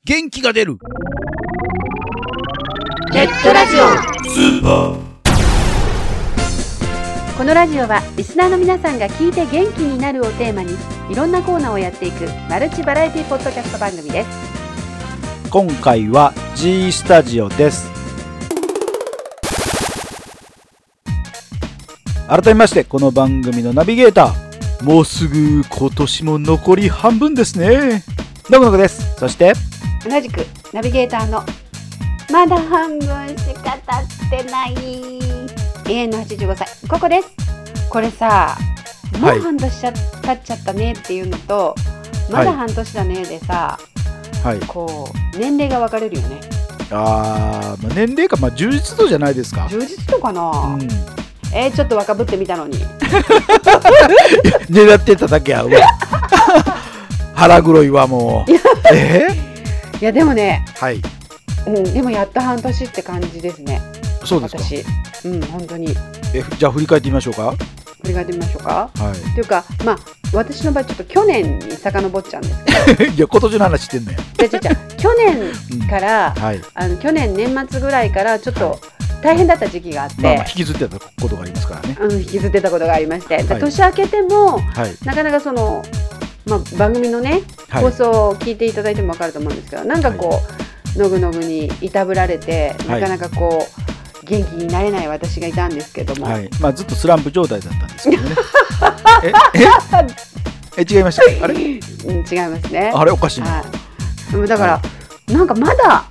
元気が出るネットラジオスーパー。 このラジオはリスナーの皆さんが聞いて元気になるをテーマにいろんなコーナーをやっていくマルチバラエティポッドキャスト番組です。 今回は G スタジオです。改めましてこの番組のナビゲーター、もうすぐ今年も残り半分ですね、のぐのぐです。そして同じくナビゲーターのまだ半分しか経ってない永遠の85歳ここです。これさ、もう半年経っちゃったねっていうのと、まだ半年だねでさ、 はい、 こう年齢が分かれるよね。 年齢か、充実度じゃないですか。 充実度かな、ちょっと若ぶってみたのに狙ってただけやうわ腹黒いわもういやでもね、 はい、 でもやっと半年って感じですね。 そうですか。 私、本当に。 じゃあ振り返ってみましょうか。 振り返ってみましょうか。 はい。 というか、私の場合ちょっと去年に遡っちゃうんですけどいや今年の話してんのよ。 去年から、去年年末ぐらいからちょっと大変だった時期があって、 引きずってたことがありますからね。 引きずってたことがありまして、年明けても、なかなかその、番組のね、放送を聞いていただいても分かると思うんですけど、なんかこう、のぐのぐにいたぶられて、なかなかこう元気になれない私がいたんですけども、 ずっとスランプ状態だったんですけどね違いました。あれ、違いますね。 あれおかしいな。 でもだから、なんかまだ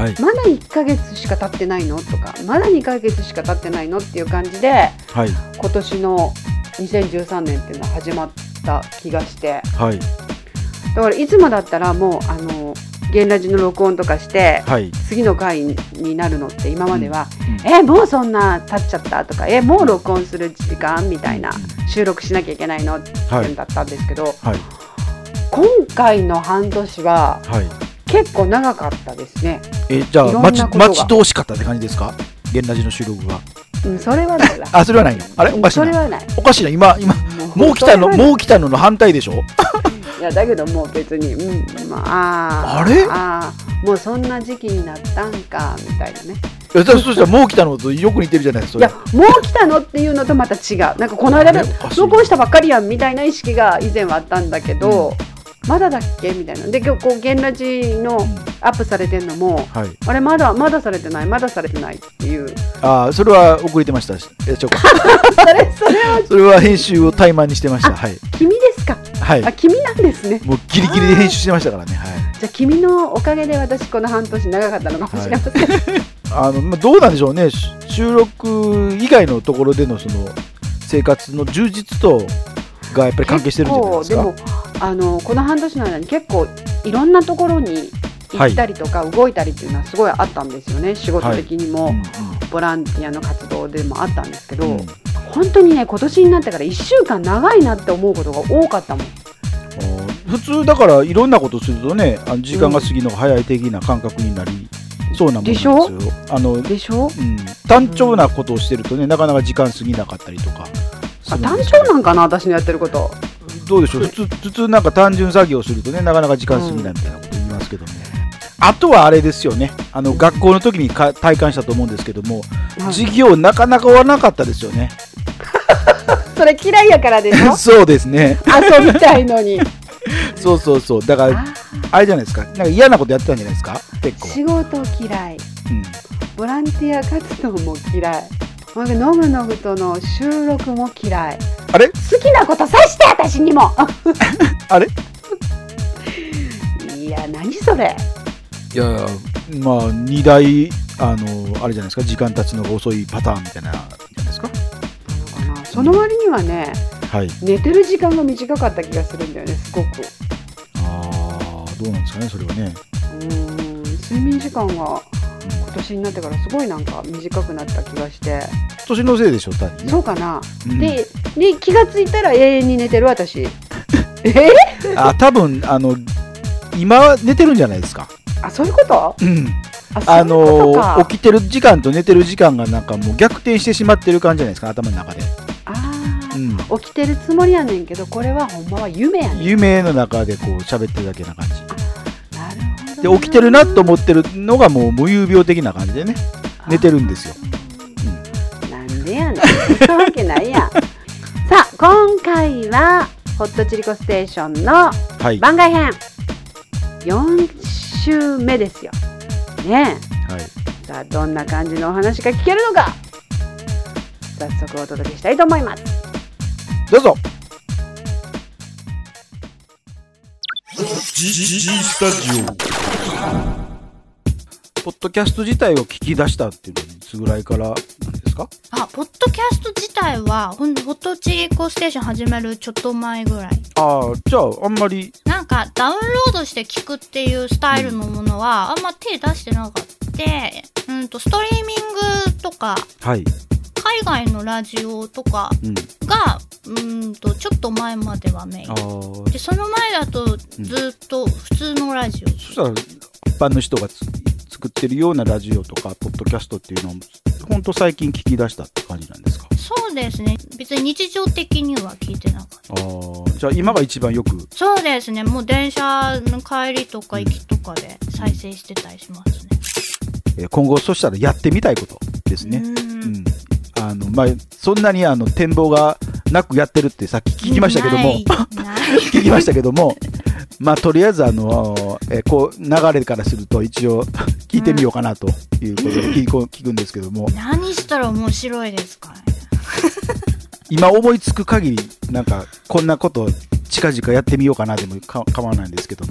1ヶ月しか経ってないのとか、まだ2ヶ月しか経ってないのっていう感じで、今年の2013年っていうのは始まった気がして、だからいつもだったらもう現ラジの録音とかして、次の回になるのって今までは、もうそんな経っちゃったとか、もう録音する時間みたいな、収録しなきゃいけないのって言うんだったんですけど、今回の半年は、結構長かったですね。 じゃあ待ち遠しかったって感じですか、現ラジの収録が。 それはないわ。 それはないの。あれおかしいな。 それはない。 おかしいな。今もう来たのの反対でしょ。 いやだけどもう別に、 あれもうそんな時期になったんかみたいなね。 そしたらもう来たのとよく似てるじゃないですか。 いやもう来たのっていうのとまた違う。なんかこの間録音したばっかりやんみたいな意識が以前はあったんだけど、まだだっけみたいな。で今日こう現ラジのアップされてるのも、あれまだされてないっていう。 それは遅れてました。それは編集を怠慢にしてました。 君ですか。君なんですね。 もうギリギリで編集してましたからね。 じゃあ君のおかげで私この半年長かったのかもしれません。 どうなんでしょうね。収録以外のところでのその生活の充実度がやっぱり関係してるんじゃないですか。でもこの半年の間に結構いろんなところに行ったりとか動いたりっていうのはすごいあったんですよね。仕事的にも、ボランティアの活動でもあったんですけど、本当にね今年になってから1週間長いなって思うことが多かったもん。 普通だからいろんなことするとね、時間が過ぎるのが早い的な感覚になりそうなもんなんですよ。 でしょ。 単調なことをしてるとね、なかなか時間過ぎなかったりとか。 単調なんかな私のやってること。 どうでしょう。普通なんか単純作業するとね、なかなか時間過ぎないみたいなこと言いますけども、あとはあれですよね、学校の時に体感したと思うんですけども、授業なかなか終わらなかったですよね。 それ嫌いやからでしょ。 そうですね。 遊びたいのに。 そうだからあれじゃないですか、なんか嫌なことやってたんじゃないですか。結構仕事嫌い、ボランティア活動も嫌い、のぐのぐとの収録も嫌い。 あれ好きなことさして私にもあれいや何それ。 いや2大あれじゃないですか、時間経つのが遅いパターンみたいなじゃないですか。 その割にはね、寝てる時間が短かった気がするんだよね、すごく。 どうなんですかね、それはね。 睡眠時間が今年になってからすごいなんか短くなった気がして。 年のせいでしょ、単にね。 そうかな。で気がついたら永遠に寝てる私。 多分今寝てるんじゃないですか。 そういうこと。 起きてる時間と寝てる時間がなんかもう逆転してしまってる感じじゃないですか、頭の中で。 起きてるつもりやねんけど、これはほんまは夢やねん。 夢の中でこう喋ってるだけな感じ。 なるほで起きてるなと思ってるのがもう無遊病的な感じでね寝てるんですよ、 なんでやねんそんなわけないやんさあ今回はホットチリコステーションの番外編、4週目ですよねえ、はい、さあどんな感じのお話が聞けるのか早速お届けしたいと思います。 どうぞ。 G スタジオ。 ポッドキャスト自体を聞き出したっていうのはいつぐらいからなんですか？ ポッドキャスト自体はホットチリコステーション始めるちょっと前ぐらい。 じゃああんまりなんかダウンロードして聞くっていうスタイルのものはあんま手出してなかった。ストリーミングとか、はい、海外のラジオとかが、ちょっと前まではメインで、その前だとずっと普通のラジオ、 そしたら一般の人が作ってるようなラジオとかポッドキャストっていうのを本当最近聞き出したって感じなんですか？ そうですね、別に日常的には聞いてなかった。 じゃあ今が一番よく？ そうですね、もう電車の帰りとか行きとかで再生してたりしますね。 今後そしたらやってみたいことですね。そんなに展望がなくやってるってさっき聞きましたけども聞きましたけどもとりあえずこう流れからすると一応聞いてみようかなということで聞くんですけども、 何したら面白いですかね今思いつく限りなんかこんなこと近々やってみようかなでも構わないんですけども、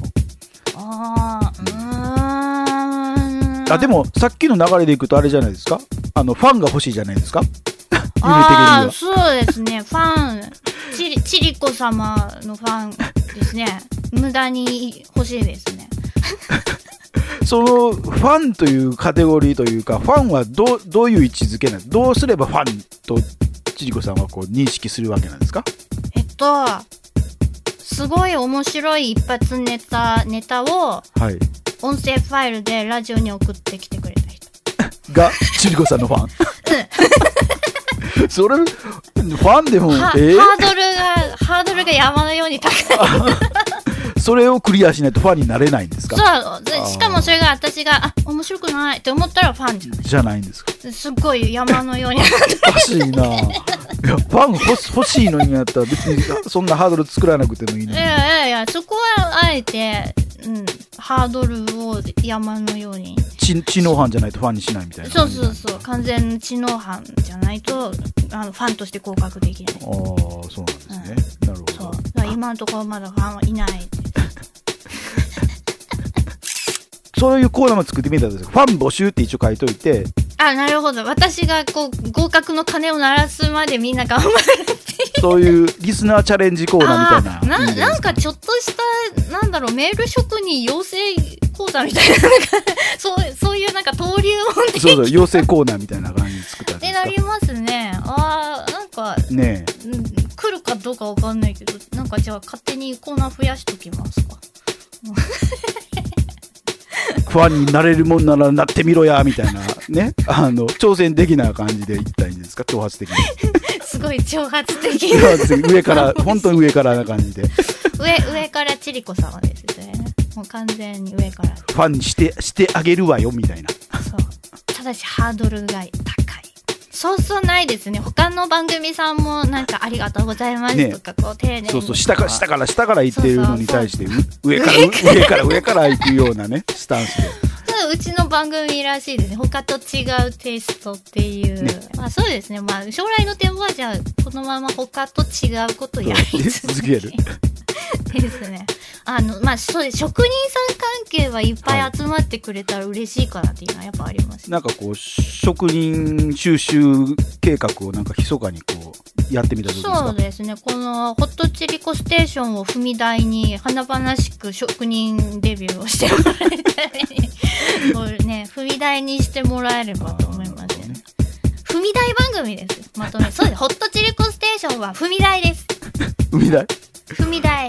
でもさっきの流れでいくとあれじゃないですか、ファンが欲しいじゃないですか夢的には。 そうですね、ファンチリコ様のファンですね無駄に欲しいですねそのファンというカテゴリーというか、ファンはどういう位置づけなんですか？どうすればファンとチリコさんはこう認識するわけなんですか？ すごい面白い一発ネタを、音声ファイルでラジオに送ってきてくれた人がチリコさんのファンそれファンでもハードルが山のように高いそれをクリアしないとファンになれないんですか？ そうしかもそれが私が面白くないって思ったらファンじゃないんですか？ すっごい山のようにおかしいな。いやファン欲しいのになったら別にそんなハードル作らなくてもいいのに。いやそこはあえて、ハードルを山のように知能犯じゃないとファンにしないみたいな。 そう完全知能犯じゃないとファンとして合格できない。 そうなんですね、なるほど。 そう今のところまだファンはいないそういうコーナーも作ってみたんですよ。ファン募集って一応書いといて。 なるほど。私がこう合格の鐘を鳴らすまでみんな頑張るっていうそういうリスナーチャレンジコーナーみたいな。 なんかちょっとしたメール職人養成講座みたいなそういうなんか登竜門的そう養成コーナーみたいな感じで作ったんですか？ なりますね。なんかね来るかどうかわかんないけど、なんかじゃあ勝手にコーナー増やしときますかファンになれるもんならなってみろやみたいなね挑戦的な感じでいったらいいんですか？挑発的にすごい挑発的な上から本当に上からな感じで上からチリコ様ですね。もう完全に上からファンにしてあげるわよみたいな。 そうただしハードルが高い。そうないですね。他の番組さんもなんかありがとうございますとかこう丁寧に下から言ってるのに対して上から行くようなねスタンスでうちの番組らしいですね。他と違うテイストっていう、そうですね。将来の展望はじゃあこのまま他と違うことをやり続けるですね。そうです。職人さん関係はいっぱい集まってくれたら嬉しいかなっていうのはやっぱあります、 なんかこう職人収集計画をなんか密かにこうやってみたらどうですか？ そうですね。このホットチリコステーションを踏み台に華々しく職人デビューをしてもらえたりこれね踏み台にしてもらえればと思いますね。踏み台番組です。まとめそうです。ホットチリコステーションは踏み台です。踏み台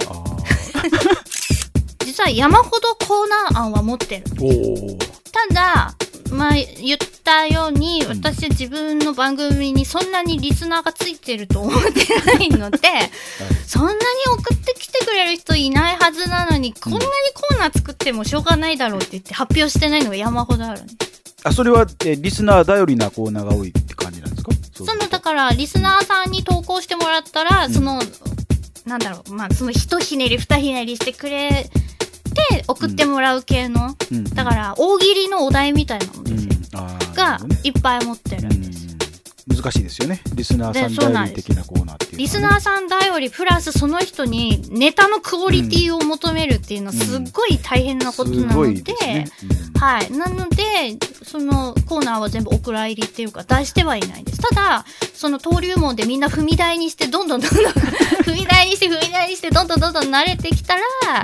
実は山ほどコーナー案は持ってるんです。ただまあ言ったように、私は自分の番組にそんなにリスナーがついてると思ってないので、そんなに送ってきてくれる人いないはずなのに、こんなにコーナー作ってもしょうがないだろうって言って発表してないのが山ほどあるね。 それは、リスナー頼りなコーナーが多いって感じなんですか？ だからリスナーさんに投稿してもらったら、なんだろう、まあその一ひねり二ひねりしてくれて送ってもらう系の、だから大喜利のお題みたいなもんですよ、がいっぱい持ってるんです。 難しいですよね、リスナーさん頼り的なコーナーっていうのはね。 リスナーさん頼りプラスその人にネタのクオリティを求めるっていうのはすっごい大変なことなので、はい、なのでそのコーナーは全部お蔵入りっていうか出してはいないです。ただその登竜門でみんな踏み台にしてどんどん踏み台にしてどんどん慣れてきたら、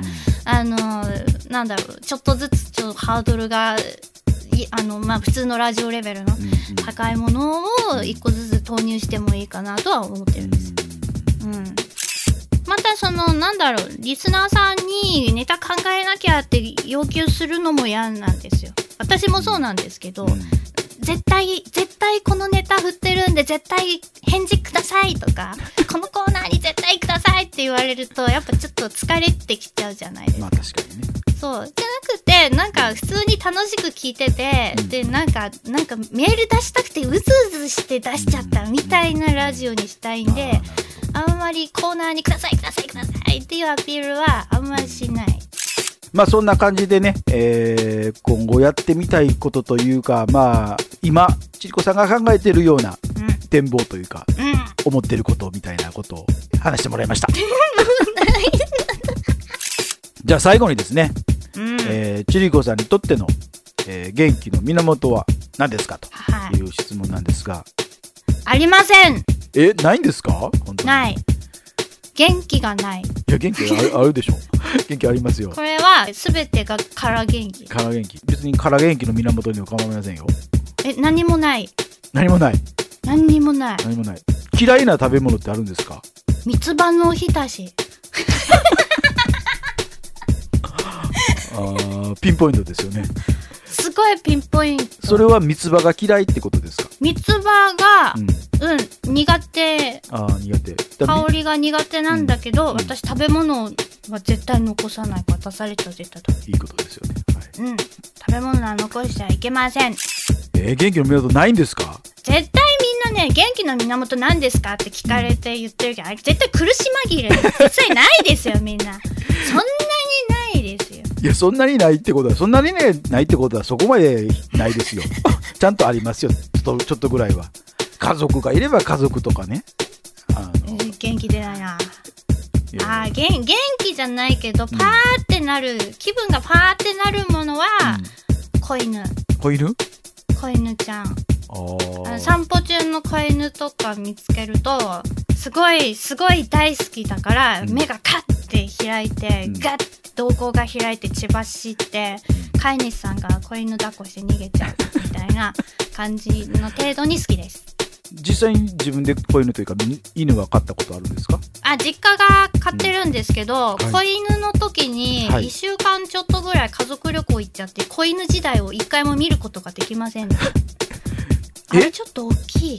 なんだろう、ちょっとずつちょっとハードルがまあ普通のラジオレベルの高いものを一個ずつ投入してもいいかなとは思ってるんです。またなんだろう、リスナーさんにネタ考えなきゃって要求するのも嫌なんですよ。私もそうなんですけど、絶対このネタ振ってるんで絶対返事くださいとか、このコーナーに絶対くださいって言われるとやっぱちょっと疲れてきちゃうじゃないですか。 まあ確かにね。 そうじゃなくて、なんか普通に楽しく聞いてて、でなんかメール出したくてうずうずして出しちゃったみたいなラジオにしたいんで、あんまりコーナーにくださいっていうアピールはあんまりしない。 まあそんな感じでね、今後やってみたいことというか、まあ今ちりこさんが考えているような展望というか、思ってることみたいなことを話してもらいましたじゃあ最後にですね、ちりこさんにとっての、元気の源は何ですかという質問なんですが、 ありません。 ないんですか？本当にない。元気がない。 いや元気あるでしょ元気ありますよ。 これは全てがから元気。 から元気。別にから元気の源には構いませんよ。 何もない。 何もない。嫌いな食べ物ってあるんですか？ 三つ葉のおひたしピンポイントですよね。 すごいピンポイント。 それは三つ葉が嫌いってことですか？ 三つ葉が、苦手。 苦手。 香りが苦手なんだけど、私食べ物は絶対残さないから、出されたら絶対食べる。 いいことですよね。 はい。食べ物は残しちゃいけません。 元気の源ないんですか？ 絶対みんなね、元気の源何ですかって聞かれて言ってるけど、絶対苦し紛れ。実際ないですよ、みんな。そんなにないですよ。 いや、そんなにないってことは、そんなにね、ないってことはそこまでないですよ。ちゃんとありますよ。ちょっとぐらいは。家族がいれば家族とかね。 元気出ないな。元気じゃないけど、パーってなる、気分がパーってなるものは、子犬ちゃん。散歩中の子犬とか見つけると、すごい大好きだから、目がカッて開いて、ガッて瞳孔が開いて血走って、飼い主さんが子犬抱っこして逃げちゃうみたいな感じの程度に好きです。 実際に自分で子犬というか犬は飼ったことあるんですか？ 実家が飼ってるんですけど、子犬の時に1週間ちょっとぐらい家族旅行行っちゃって、子犬時代を1回も見ることができませんでした。あれちょっと大きい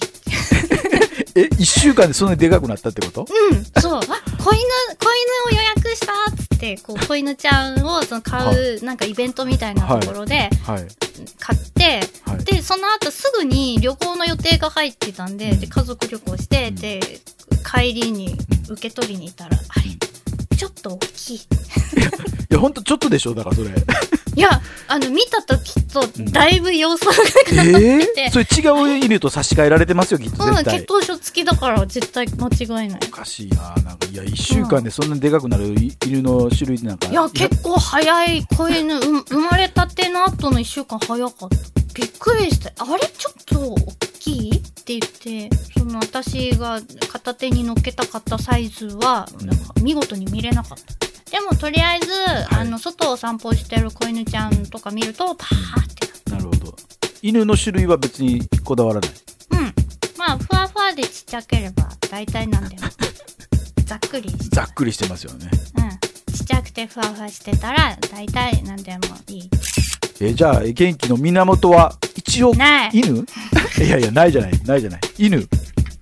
1週間でそんなにでかくなったってこと？ そう。子犬を予約したっつって、子犬ちゃんを買うなんかイベントみたいなところで買って、でその後すぐに旅行の予定が入ってたんで、家族旅行して、で帰りに受け取りに行ったら、あれちょっと大きい。いやほんとちょっとでしょ、だからそれ。 いや、見た時とだいぶ様子が変わってて、 それ違う犬と差し替えられてますよ、きっと絶対。 血統書付きだから絶対間違いない。 おかしいな。なんかいや1週間でそんなにでかくなる犬の種類なんか。 いや結構早い子犬、生まれたての後の1週間早かった。びっくりして、あれちょっと大きいって言って、私が片手に乗っけたかったサイズはなんか見事に見れなかった。でもとりあえず、外を散歩してる子犬ちゃんとか見るとパーってなるほど。犬の種類は別にこだわらない？ まあふわふわでちっちゃければ大体なんでもざっくりしてますよね。 ちっちゃくてふわふわしてたら大体なんでもいい。 じゃあ元気の源は一応犬いやいやないじゃない犬い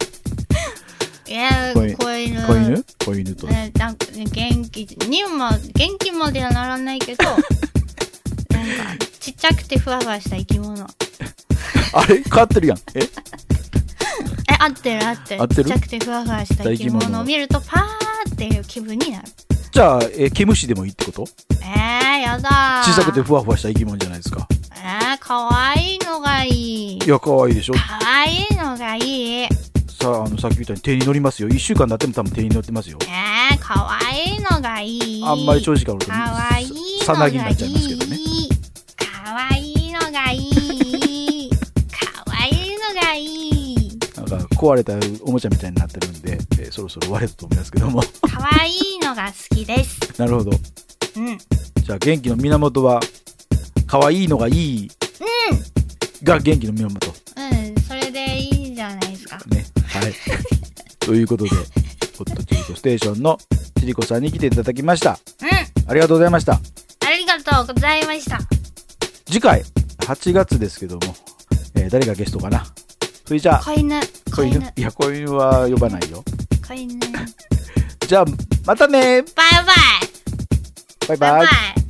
や子犬となんか元気まではならないけどなんかちっちゃくてふわふわした生き物あれ変わってるやん合ってるちっちゃくてふわふわした生き物を見るとパーっていう気分になる。 じゃあ毛虫でもいいってこと？ やだ小さくてふわふわした生き物じゃないですか。 かわいいのがいい。 いやかわいいでしょ。 かわいいのがいい。 さっきみたいに手に乗りますよ。1週間経っても多分手に乗ってますよ。 かわいいのがいい。 あんまり長時間おるとかわいいのさなぎになっちゃいますけどね。 かわいいのがいい。かわいいのがいい。 なんか壊れたおもちゃみたいになってるんで、そろそろ終われたと思いますけども。 かわいいのが好きです。 なるほど。 うん。 じゃあ元気の源はかわいいのがいい。が元気の源。 それでいいんじゃないですか。 ね。はい。ということで、ホットチリコステーションのチリコさんに来ていただきました。ありがとうございました。 ありがとうございました。 次回8月ですけども、誰がゲストかな。それじゃあ子犬。 いや子犬は呼ばないよ。 子犬。 じゃあまたね。 バイバイ。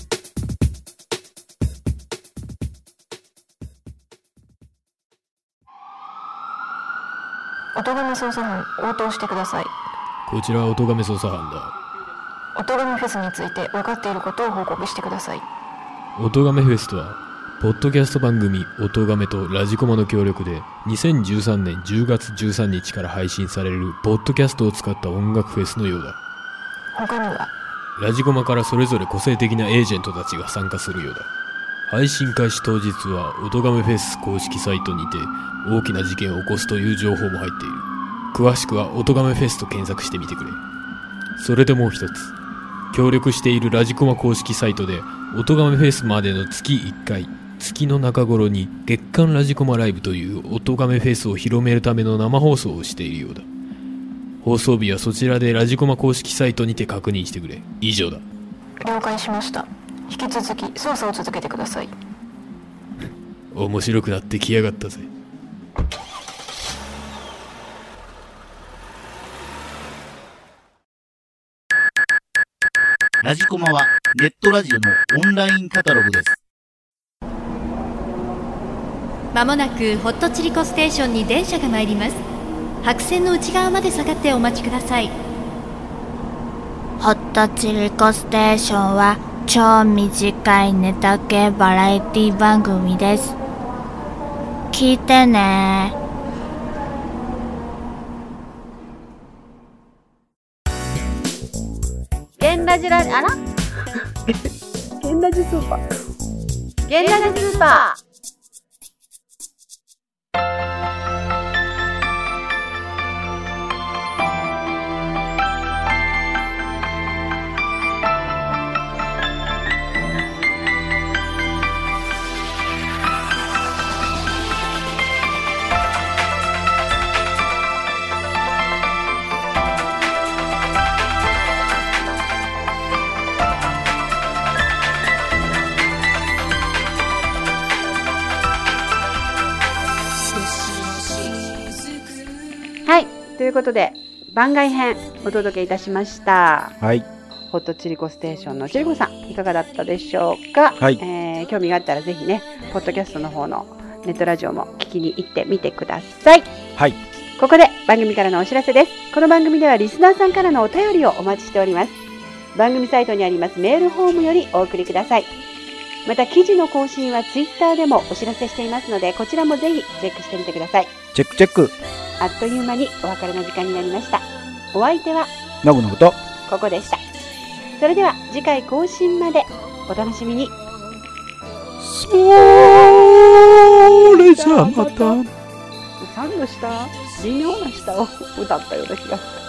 おとがめ捜査班応答してください。 こちらはおとがめ捜査班だ。 おとがめフェスについて分かっていることを報告してください。 おとがめフェスとはポッドキャスト番組おとがめとラジコマの協力で2013年10月13日から配信されるポッドキャストを使った音楽フェスのようだ。 他にはラジコマからそれぞれ個性的なエージェントたちが参加するようだ。配信開始当日はおとがめフェス公式サイトにて大きな事件を起こすという情報も入っている。詳しくはおとがめフェスと検索してみてくれ。それでもう一つ、協力しているラジコマ公式サイトでおとがめフェスまでの月1回月の中頃に月刊ラジコマライブというおとがめフェスを広めるための生放送をしているようだ。放送日はそちらでラジコマ公式サイトにて確認してくれ。以上だ。 了解しました。引き続き捜査を続けてください。 面白くなってきやがったぜ。 ラジコマはネットラジオのオンラインカタログです。 まもなくホットチリコステーションに電車が参ります。白線の内側まで下がってお待ちください。 ホットチリコステーションは超短いネタ系バラエティ番組です。聞いてね。 ゲンラジスーパー。はい、ということで番外編お届けいたしました。 はい。 ホットチリコステーションのチリコさんいかがだったでしょうか。 はい。 興味があったらぜひね、ポッドキャストの方のネットラジオも聞きに行ってみてください。 はい。 ここで番組からのお知らせです。この番組ではリスナーさんからのお便りをお待ちしております。番組サイトにありますメールフォームよりお送りください。また記事の更新はツイッターでもお知らせしていますので、こちらもぜひチェックしてみてください。 チェック。 あっという間にお別れの時間になりました。お相手はなぐのことここでした。それでは次回更新までお楽しみに。 それじゃあまた。 3の下、微妙な下を歌ったような気がする。